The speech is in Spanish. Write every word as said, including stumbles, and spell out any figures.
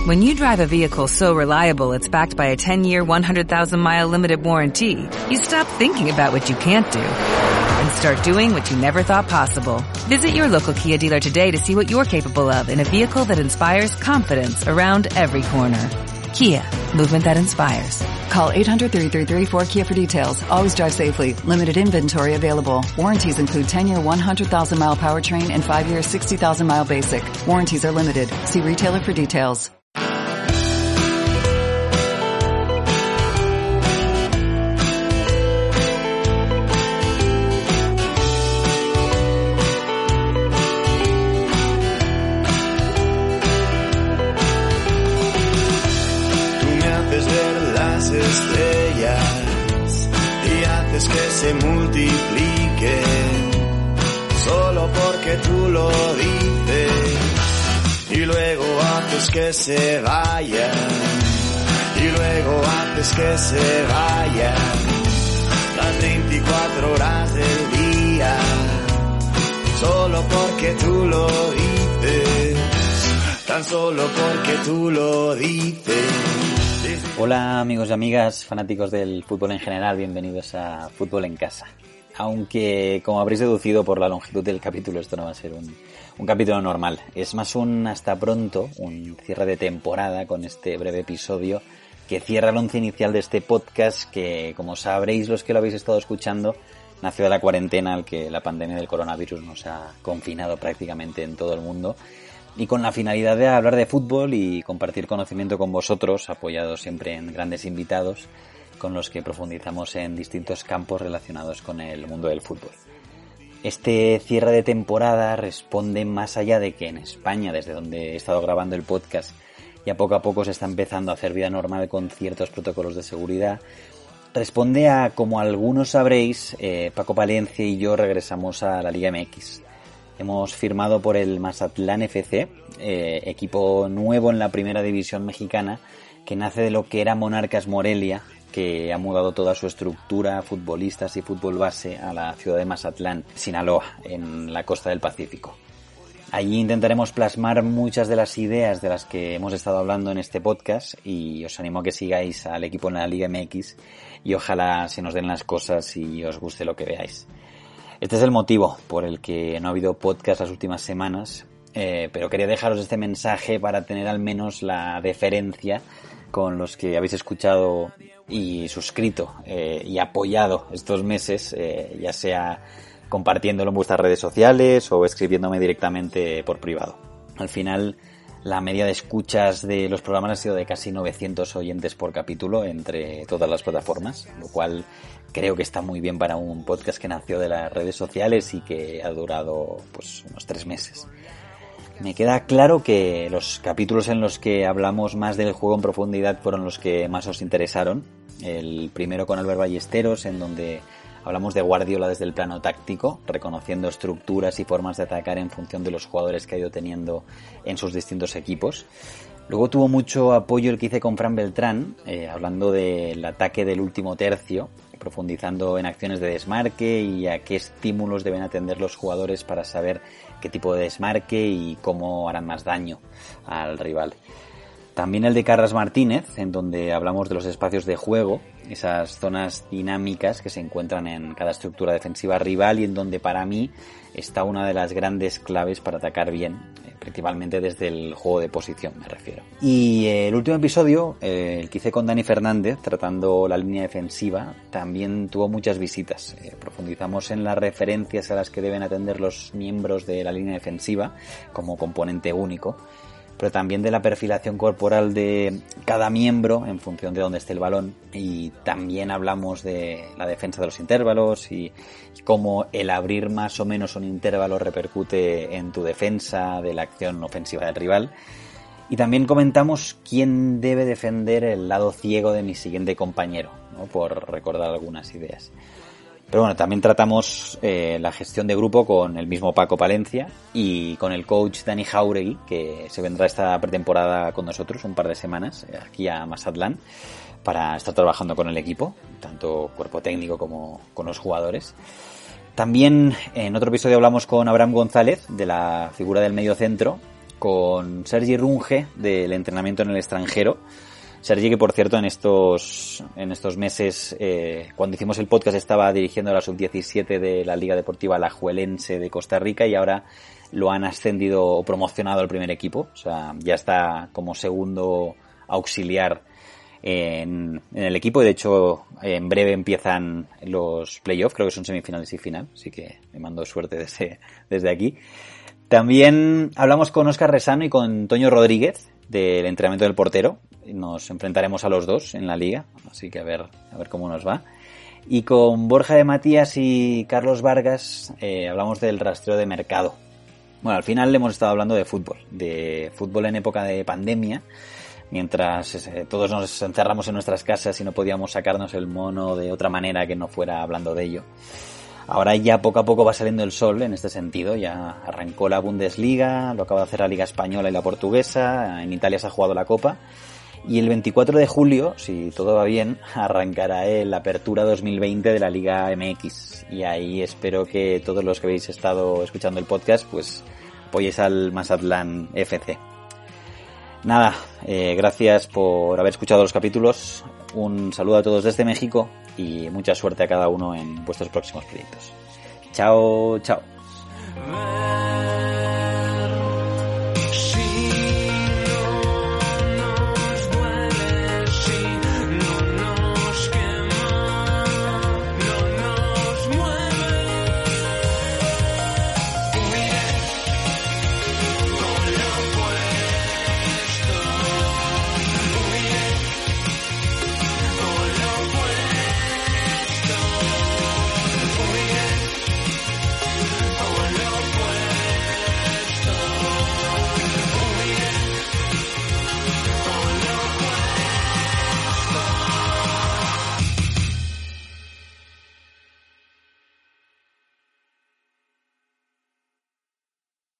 When you drive a vehicle so reliable it's backed by a ten-year, one hundred thousand mile limited warranty, you stop thinking about what you can't do and start doing what you never thought possible. Visit your local Kia dealer today to see what you're capable of in a vehicle that inspires confidence around every corner. Kia, movement that inspires. Call eight hundred, three three three, four K I A for details. Always drive safely. Limited inventory available. Warranties include ten-year, one hundred thousand mile powertrain and five-year, sixty thousand mile basic. Warranties are limited. See retailer for details. Estrellas y haces que se multipliquen solo porque tú lo dices y luego haces que se vayan y luego haces que se vayan las veinticuatro horas del día solo porque tú lo dices, tan solo porque tú lo dices. Hola amigos y amigas, fanáticos del fútbol en general, bienvenidos a Fútbol en Casa. Aunque, como habréis deducido por la longitud del capítulo, esto no va a ser un, un capítulo normal. Es más un hasta pronto, un cierre de temporada con este breve episodio que cierra el once inicial de este podcast que, como sabréis los que lo habéis estado escuchando, nació de la cuarentena al que la pandemia del coronavirus nos ha confinado prácticamente en todo el mundo. Y con la finalidad de hablar de fútbol y compartir conocimiento con vosotros, apoyados siempre en grandes invitados, con los que profundizamos en distintos campos relacionados con el mundo del fútbol. Este cierre de temporada responde más allá de que en España, desde donde he estado grabando el podcast, ya poco a poco se está empezando a hacer vida normal con ciertos protocolos de seguridad. Responde a, como algunos sabréis, eh, Paco Palencia y yo regresamos a la Liga M X. Hemos firmado por el Mazatlán F C, eh, equipo nuevo en la primera división mexicana, que nace de lo que era Monarcas Morelia, que ha mudado toda su estructura, futbolistas y fútbol base a la ciudad de Mazatlán, Sinaloa, en la costa del Pacífico. Allí intentaremos plasmar muchas de las ideas de las que hemos estado hablando en este podcast y os animo a que sigáis al equipo en la Liga M X y ojalá se nos den las cosas y os guste lo que veáis. Este es el motivo por el que no ha habido podcast las últimas semanas, eh, pero quería dejaros este mensaje para tener al menos la deferencia con los que habéis escuchado y suscrito eh, y apoyado estos meses, eh, ya sea compartiéndolo en vuestras redes sociales o escribiéndome directamente por privado. Al final, la media de escuchas de los programas ha sido de casi novecientos oyentes por capítulo entre todas las plataformas, lo cual creo que está muy bien para un podcast que nació de las redes sociales y que ha durado pues unos tres meses. Me queda claro que los capítulos en los que hablamos más del juego en profundidad fueron los que más os interesaron. El primero con Albert Ballesteros, en donde hablamos de Guardiola desde el plano táctico, reconociendo estructuras y formas de atacar en función de los jugadores que ha ido teniendo en sus distintos equipos. Luego tuvo mucho apoyo el que hice con Fran Beltrán, eh, hablando del ataque del último tercio, profundizando en acciones de desmarque y a qué estímulos deben atender los jugadores para saber qué tipo de desmarque y cómo harán más daño al rival. También el de Carras Martínez, en donde hablamos de los espacios de juego, esas zonas dinámicas que se encuentran en cada estructura defensiva rival y en donde para mí está una de las grandes claves para atacar bien, principalmente desde el juego de posición me refiero. Y el último episodio, el que hice con Dani Fernández, tratando la línea defensiva, también tuvo muchas visitas. Profundizamos en las referencias a las que deben atender los miembros de la línea defensiva como componente único, pero también de la perfilación corporal de cada miembro en función de dónde esté el balón, y también hablamos de la defensa de los intervalos y, y cómo el abrir más o menos un intervalo repercute en tu defensa de la acción ofensiva del rival. Y también comentamos quién debe defender el lado ciego de mi siguiente compañero, ¿no? Por recordar algunas ideas. Pero bueno, también tratamos eh, la gestión de grupo con el mismo Paco Palencia y con el coach Dani Jauregui, que se vendrá esta pretemporada con nosotros un par de semanas eh, aquí a Mazatlán para estar trabajando con el equipo, tanto cuerpo técnico como con los jugadores. También en otro episodio hablamos con Abraham González de la figura del mediocentro, con Sergi Runge del entrenamiento en el extranjero. Sergi, que por cierto en estos en estos meses, eh, cuando hicimos el podcast, estaba dirigiendo la sub diecisiete de la Liga Deportiva Alajuelense de Costa Rica y ahora lo han ascendido o promocionado al primer equipo. O sea, ya está como segundo auxiliar en, en el equipo y de hecho en breve empiezan los playoffs, creo que son semifinales y final, así que me mando suerte desde, desde aquí. También hablamos con Óscar Resano y con Toño Rodríguez del entrenamiento del portero. Nos enfrentaremos a los dos en la liga, así que a ver, a ver cómo nos va. Y con Borja de Matías y Carlos Vargas eh, hablamos del rastreo de mercado. Bueno, al final hemos estado hablando de fútbol, de fútbol en época de pandemia, mientras eh, todos nos encerramos en nuestras casas y no podíamos sacarnos el mono de otra manera que no fuera hablando de ello. Ahora ya poco a poco va saliendo el sol en este sentido, ya arrancó la Bundesliga, lo acaba de hacer la Liga Española y la Portuguesa, en Italia se ha jugado la Copa, y el veinticuatro de julio, si todo va bien, arrancará la Apertura dos mil veinte de la Liga M X, y ahí espero que todos los que habéis estado escuchando el podcast, pues apoyéis al Mazatlán F C. Nada, eh, gracias por haber escuchado los capítulos, un saludo a todos desde México y mucha suerte a cada uno en vuestros próximos proyectos. Chao, chao.